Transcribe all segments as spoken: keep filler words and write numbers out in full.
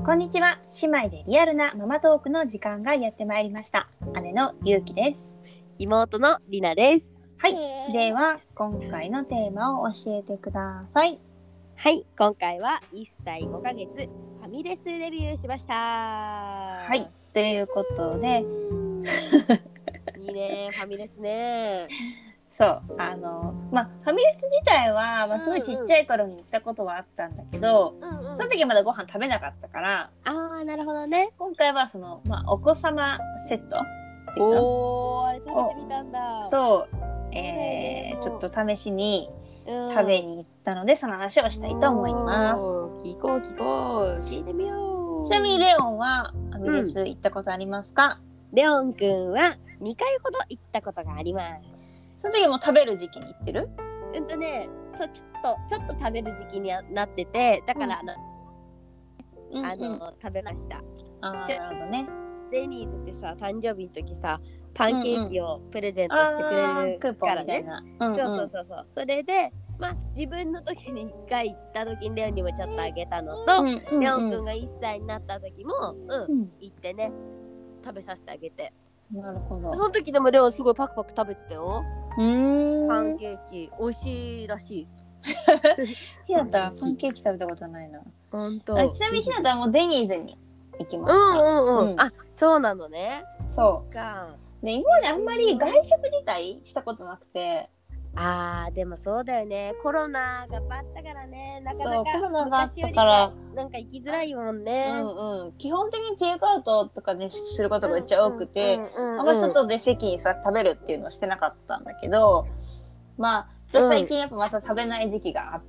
こんにちは。姉妹でリアルなママトークの時間がやってまいりました。姉のゆうきです。 妹のりなです。 はい。では今回のテーマを教えてください。 はい。今回はいっさいごかげつファミレスデビューしました。 はい。ということでいいね、ファミレスね。 そうあのまあファミレス自体は、まあ、すごいちっちゃい頃に行ったことはあったんだけど、うんうん、その時はまだご飯食べなかったから、 あーなるほどね。 今回はその、まあ、お子様セットっていうおーあれ食べてみたんだ。 そう、えー、ちょっと試しに食べに行ったので、うん、その話をしたいと思います。 聞こう聞こう聞いてみよう。 ちなみにレオンはファミレス行ったことありますか？ うん、レオンくんはにかいほど行ったことがあります。 その時も食べる時期に行ってる？ うんとね、そうちょっとちょっと食べる時期になってて、だから、うん、あの、うんうん、食べました。 あーなるほどね。 デニーズってさ、誕生日の時さ、パンケーキをプレゼントしてくれるからね。うんうん、そうそうそうそう。それで、まあ自分の時にいっかい行った時にレオンにもちょっとあげたのと、うんうんうん、レオンくんがいっさいになった時も、うんうん、行ってね、食べさせてあげて。 なるほど。 その時でもレオンすごいパクパク食べてたよ。 うーん、 パンケーキ美味しいらしい。 ひなたパンケーキ食べたことないな。 本当。 ちなみにひなたはもうデニーズに行きました。 うんうんうん。うん、あ、そうなのね。 そうか。で今まであんまり外食自体したことなくて。 あーでもそうだよね。コロナがあったからね。なかなかそうコロナがあったからなんか行きづらいもんね。 うんうん。基本的にテイクアウトとかねすることがめっちゃ多くて、あんまり外で席に座って食べるっていうのをしてなかったんだけど、まあ最近やっぱまた食べない時期があって、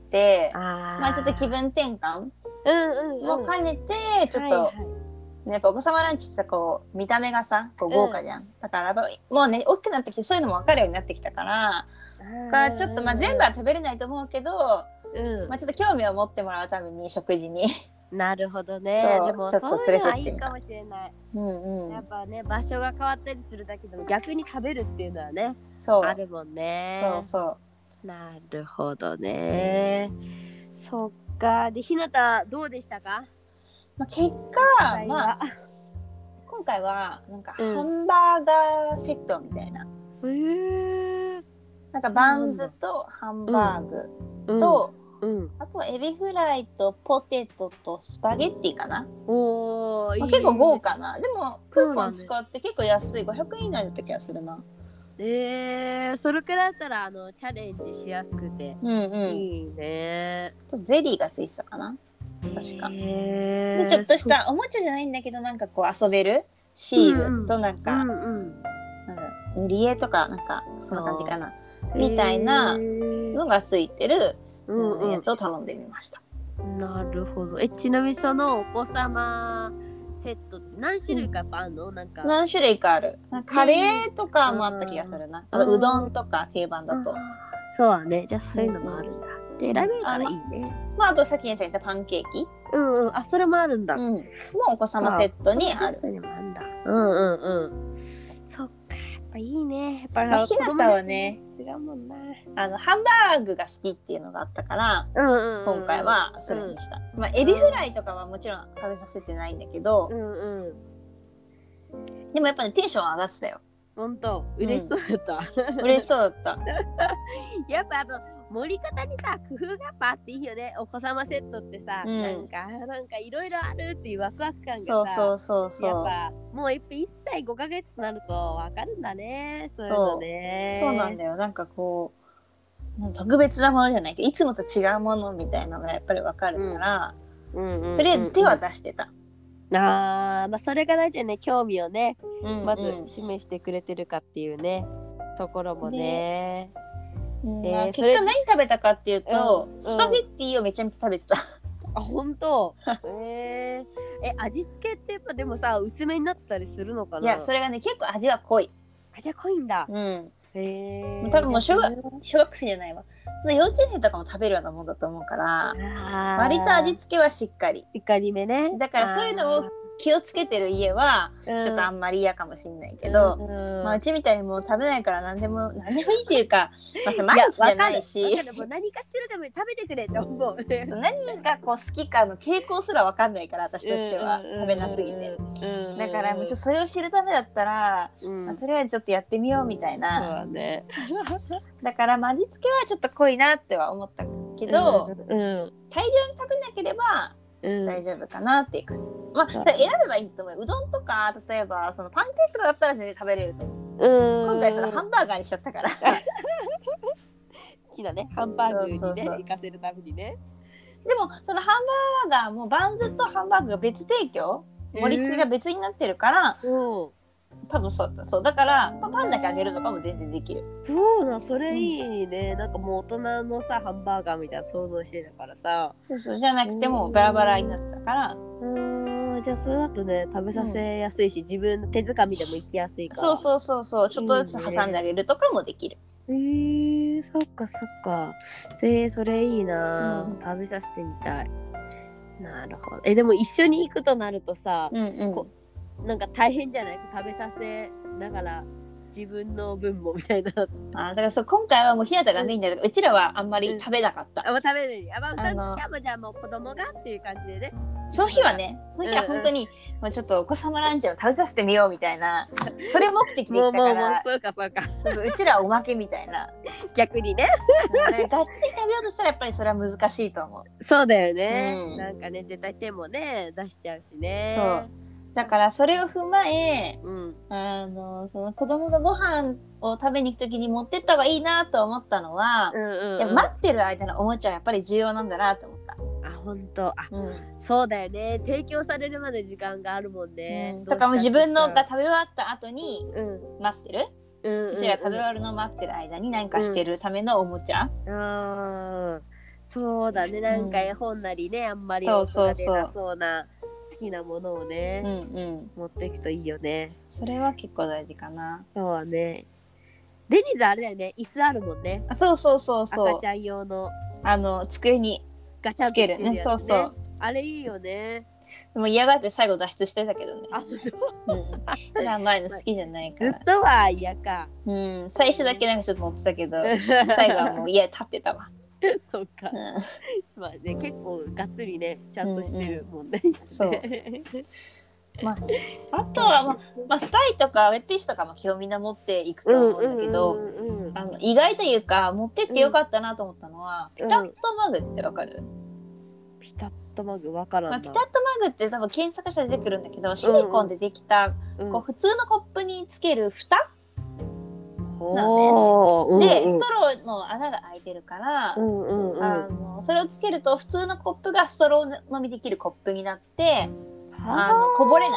うん、まあちょっと気分転換も兼ねてちょっと、はいはいね、やっぱお子様ランチってさこう見た目がさこう豪華じゃん、うん、だからもうね大きくなってきてそういうのも分かるようになってきたからだからちょっとまあ全部は食べれないと思うけど、うんまあ、ちょっと興味を持ってもらうために食事になるほどね。でもそういうのはいいかもしれない、うんうん、やっぱね場所が変わったりするだけでも逆に食べるっていうのはねそうあるもんね。 そうそうなるほどね、うん、そっか。でひなたどうでしたか？ まあ、結果、まあ、今回はなんかハンバーガーセットみたいな、うん、へーなんかバンズとハンバーグと、うんうん、あとはエビフライとポテトとスパゲッティかな。おー、まあ、結構豪華な。でもクーポン使って結構安いごひゃくえん以内だった気がするな。 えー、それくらいだったらあのチャレンジしやすくて、うんうん、いいね。 ちょっとゼリーがついてたかな確か、えー、でちょっとしたおもちゃじゃないんだけどなんかこう遊べるシールとなんか、うんうん、なんか塗り絵とかなんかそんな感じかなみたいなのがついてる、うんうん、やつを頼んでみました。 なるほど。えちなみにそのお子様セットって何種類かあるの？なんか何種類かある。なんかカレーとかもあった気がするな。あとうどんとか定番だと。 そうだね。じゃあそういうのもあるんだ。うん、で選べるからいいね。 あまああとさっき言ったパンケーキ。 うんうん。あそれもあるんだ。うん。 もうお子様セットにある。 セットにもあるんだ。うんうんうん。そっか。やっぱいいね。やっぱまあ、ひなたはね違うもんな。 あのハンバーグが好きっていうのがあったから、うんうんうん、今回はそれにした。うん、まあエビフライとかはもちろん食べさせてないんだけど、うんうん、でもやっぱねテンション上がってたよ。 本当嬉しそうだった。 うん、嬉しそうだった。 やっぱあの盛り方にさ工夫がやっぱあっていいよね。お子様セットってさ、うん、なんかなんかいろいろあるっていうワクワク感がさ、 そうそうそうそう。 やっぱもういっさいごかげつとなるとわかるんだね。そういうのね。 そう、そうなんだよ。なんかこう特別なものじゃないけどいつもと違うものみたいなのがやっぱりわかるから、うんうんうんうん、とりあえず手は出してた。 あー、まあそれが大事よね。興味をね、うんうん、まず示してくれてるかっていうねところもね。 うんえー、結果何食べたかっていうと、うん、スパゲッティをめちゃめちゃ食べてた。 あ本当。えー、え味付けってやっぱでもさ薄めになってたりするのかな。 いやそれがね結構味は濃い。 味は濃いんだ。 うん。へえ。多分もう小学小学生じゃないわ。幼稚園生とかも食べるようなもんだと思うから割と味付けはしっかりしっかりめね。 だからそういうのを気をつけてる家はちょっとあんまり嫌かもしんないけど、 うんまあ、うちみたいにもう食べないから何でも何でもいいっていうか、まあ、毎日じゃないし、 いやわかるわかる、もう何かしらでも食べてくれって思う何がこう好きかの傾向すら分かんないから私としては食べなすぎて、だからもうちょっとそれを知るためだったら、 うんまあ、とりあえずちょっとやってみようみたいな、 そうだねだからまあ味付けはちょっと濃いなっては思ったけど、 うんうん大量に食べなければうん大丈夫かなっていう感じ、まあ選べばいいと思う。うどんとか例えばそのパンケーキとかだったら全然食べれると思う。 うん今回そのハンバーガーにしちゃったから好きなねハンバーグにねそうそうそう行かせるためにね。 でもそのハンバーガーもバンズとハンバーグが別提供、盛り付けが別になってるから、 うん多分そうだそうだから、まあ、パンだけあげるとかも全然できる。 そうだ、それいいね、うん、なんかもう大人のさハンバーガーみたいな想像してたからさ。 そうそう、じゃなくてもバラバラになってたから、 うーん、じゃあそれだとね食べさせやすいし、うん、自分の手づかみでも行きやすいから。 そうそうそうそう、ちょっとずつ挟んであげるとかもできる。 いいね、えー、そっかそっか、えー、それいいな、うん、食べさせてみたい。なるほど。えでも一緒に行くとなるとさ、うんうん、こなんか大変じゃない？食べさせながら自分の分もみたいな。 あだからそう今回はもうひなたがメインだけど、うん、うちらはあんまり食べなかった。 うん、あもう食べない。あまああのじゃあもう子供がっていう感じでね。 その日はね、その日は本当に、うんうん、もうちょっとお子様ランチを食べさせてみようみたいな、それ目的で行ったから。もうもうもうそうかそうか。 そうそううちらはおまけみたいな。 逆にね。 ねがっつり食べようとしたらやっぱりそれは難しいと思う。 そうだよね。うん、なんかね絶対手もね出しちゃうしね。そう。 だからそれを踏まえ、うん、あのその子供がご飯を食べに行くときに持ってった方がいいなと思ったのは、うんうんうん、いや待ってる間のおもちゃはやっぱり重要なんだなと思った。 あ本当あ、うん、そうだよね。提供されるまで時間があるもんね。 うん、とかも自分のが食べ終わった後に待ってる、うんうんうんうん、うちら食べ終わるのを待ってる間に何かしてるためのおもちゃ、 うん、あそうだね。なんか絵本なりね、うん、あんまり音が出なそうな好きなものをね、うんうん、持っていくといいよね。 それは結構大事かな。 そうはね。デニーズあれだよね、椅子あるもんね。 あそうそうそうそう。 赤ちゃん用のあの机にガチャンつけるね。そうそう。 あれいいよね。 でも嫌がって最後脱出してたけどね。 あ、 うん。甘いの好きじゃないから。 ずっとは嫌か。 うん。最初だけなんかちょっと持ってたけど、最後はもう家立ってたわ。 そうか。うん、まあね結構がっつりねちゃんとしてるもんね。 うんうん、そう。まああとはまあ、まあ、スタイとかウェッティッシュとかも基本みんな持っていくと思うんだけど、あの意外というか持ってってよかったなと思ったのは、うん、ピタッとマグってわかる？ ピタッとマグわからんな、 まあ、ピタッとマグって多分検索したら出てくるんだけど、シリコンでできた、うん、こう普通のコップにつける蓋なんね、で、うんうん、ストローの穴が開いてるから、うんうんうん、あのそれをつけると普通のコップがストロー飲みできるコップになってあのこぼれない。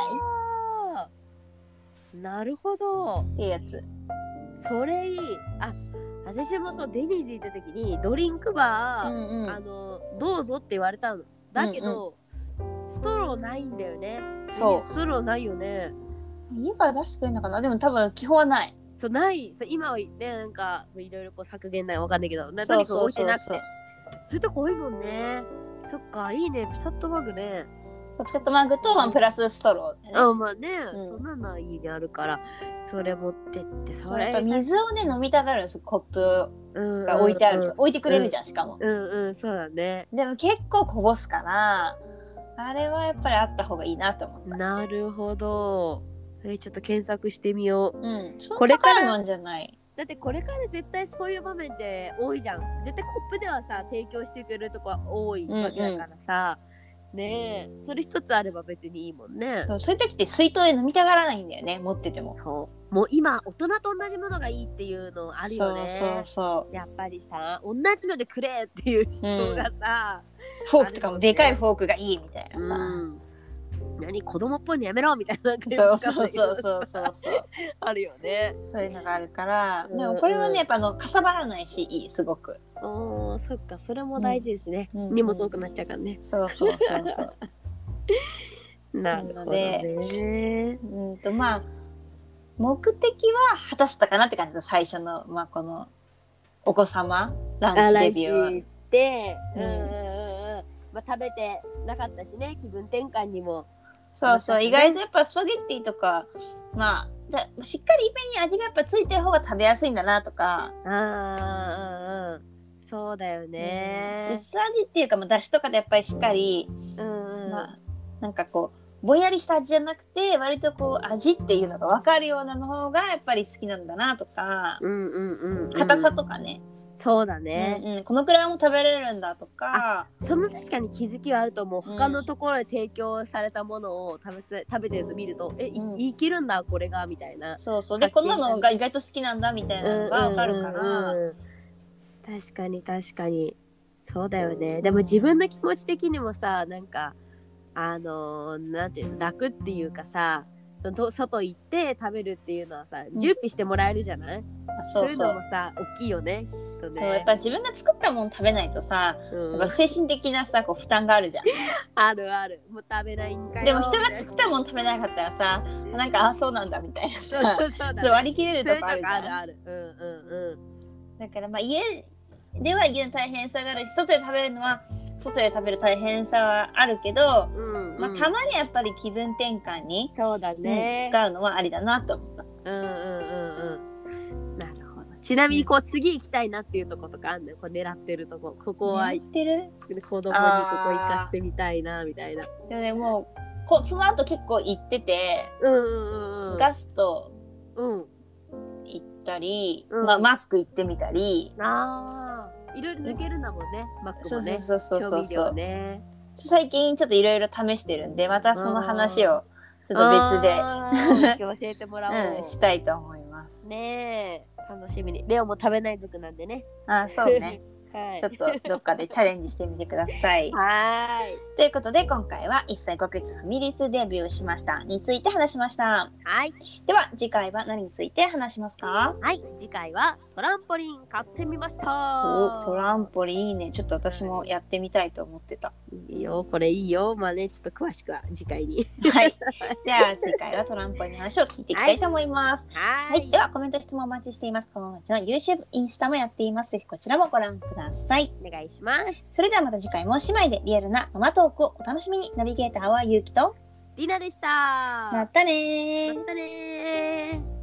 なるほどっていうやつ。 それいい。あ私もそうデニーズ行った時にドリンクバー、うんうん、あのどうぞって言われたのだけど、うんうん、ストローないんだよね。そうストローないよね。 家から出してくれるのかな。でも多分基本はない。 そうないそう今はねなんかいろいろこう削減ないわかんないけどなとにかく置いてなくてそういうとこ多いもんね。そっかいいねピタッとマグね。 そうピタッとマグとワンプラスストロー、ね、 あまあね、うん、そんなの家にあるからそれ持ってってそれやっぱ水をね飲みたがるんですコップが置いてあると、うんうん、置いてくれるじゃん、うん、しかもうんうんそうだね。 でも結構こぼすからあれはやっぱりあった方がいいなと思った。 なるほど。えちょっと検索してみよう。 うん、これからもんじゃない。 だってこれから絶対そういう場面って多いじゃん。絶対コップではさ提供してくれるとこは多いわけだからさ、うんうん、ねえそれ一つあれば別にいいもんね。 そうそういう時って水筒で飲みたがらないんだよね持ってても。 そうもう今大人と同じものがいいっていうのあるよね。 そうそうそうやっぱりさ同じのでくれっていう人がさ、 うん、フォークとかもでかいフォークがいいみたいなさ、 うん何子供っぽいのやめろみたいなそうそうそうそうそうそうあるよね。 そういうのがあるから、うん、でもこれはねやっぱあのかさばらないしいいすごく。 おそっかそれも大事ですね、うん、荷物多くなっちゃうからね、 うん、そうそうそうそうなるほどね。 うんとまあ目的は果たせたかなって感じの最初のまあこのお子様ランチデビューは。ランチで、うんうんうんまあ、食べてなかったしね気分転換にもそうそう、意外とやっぱスパゲッティとかまあしっかりめに味がやっぱついてる方が食べやすいんだなとか。 ああ、うんうん、そうだよね、 うん、薄味っていうか、まあ、だしとかでやっぱりしっかり、 うんうん、 まあなんかこうぼんやりした味じゃなくて割とこう味っていうのが分かるようなの方がやっぱり好きなんだなとか、 うんうんうんうん、 硬さとかね。 そうだね、 うんうん、このくらいも食べれるんだとか。 その確かに気づきはあると思う。他のところで提供されたものを食べせ食べてるの見ると、え、うん、い, いけるんだこれがみたいな。 そうそう、でこんなのが意外と好きなんだみたいなのが分かるから、うんうんうんうん、 確かに確かにそうだよね。でも自分の気持ち的にもさ、なんかあのー、なんていうの、楽っていうかさ、その外行って食べるっていうのはさ、準備してもらえるじゃない、うん、そういうのもさ大きいよね、きっとね。 そう、やっぱ自分が作ったもの食べないとさ、うん、やっぱ精神的なさこう負担があるじゃん。 あるある、もう食べないんかよ。 でも人が作ったもの食べなかったらさ、なんかあそうなんだみたいなさ、そうそうそう、ね、割り切れるとこあるじゃん。 あるある、うんうんうん。 だからまあ家では家の大変さがあるし、外で食べるのは外で食べる大変さはあるけど、うんうん、まあ、たまにやっぱり気分転換にそうだね、 うん、使うのはありだなと思った。 うんうんうんうん。なるほど。ちなみにこう次行きたいなっていうとことかあんのよ。こう狙ってるとこ。ここは行ってる？ 子供にここ行かせてみたいなみたいな。 でもね、もうこその後結構行ってて、うんうんうん、ガスト行ったり、うん、まあマック行ってみたり。 ああ。いろいろ抜けるんだもんね、マックもね。 そうそうそうそうそう、 ね、 最近ちょっといろいろ試してるんで、またその話をちょっと別で教えてもらおう、 うん、したいと思います。 ねえ、楽しみに。レオも食べない族なんでね。 あ、そうね。はい、ちょっとどっかでチャレンジしてみてください。 はい。 ということで今回はいっさいごかげつファミリスデビューしましたについて話しました。 はい。 では次回は何について話しますか？ はい。次回はトランポリン買ってみました。 お、トランポリンいいね。ちょっと私もやってみたいと思ってた。 いいよ、これいいよ。まあね、ちょっと詳しくは次回に。 はい。では次回はトランポリンの話を聞いていきたいと思います。 はい。 はい。ではコメント質問お待ちしています。このの YouTube、インスタもやっています。ぜひこちらもご覧ください。 お願いします。 それではまた次回も姉妹でリアルなママトークをお楽しみに。ナビゲーターはゆうきとりなでした。 またねー。 またねー。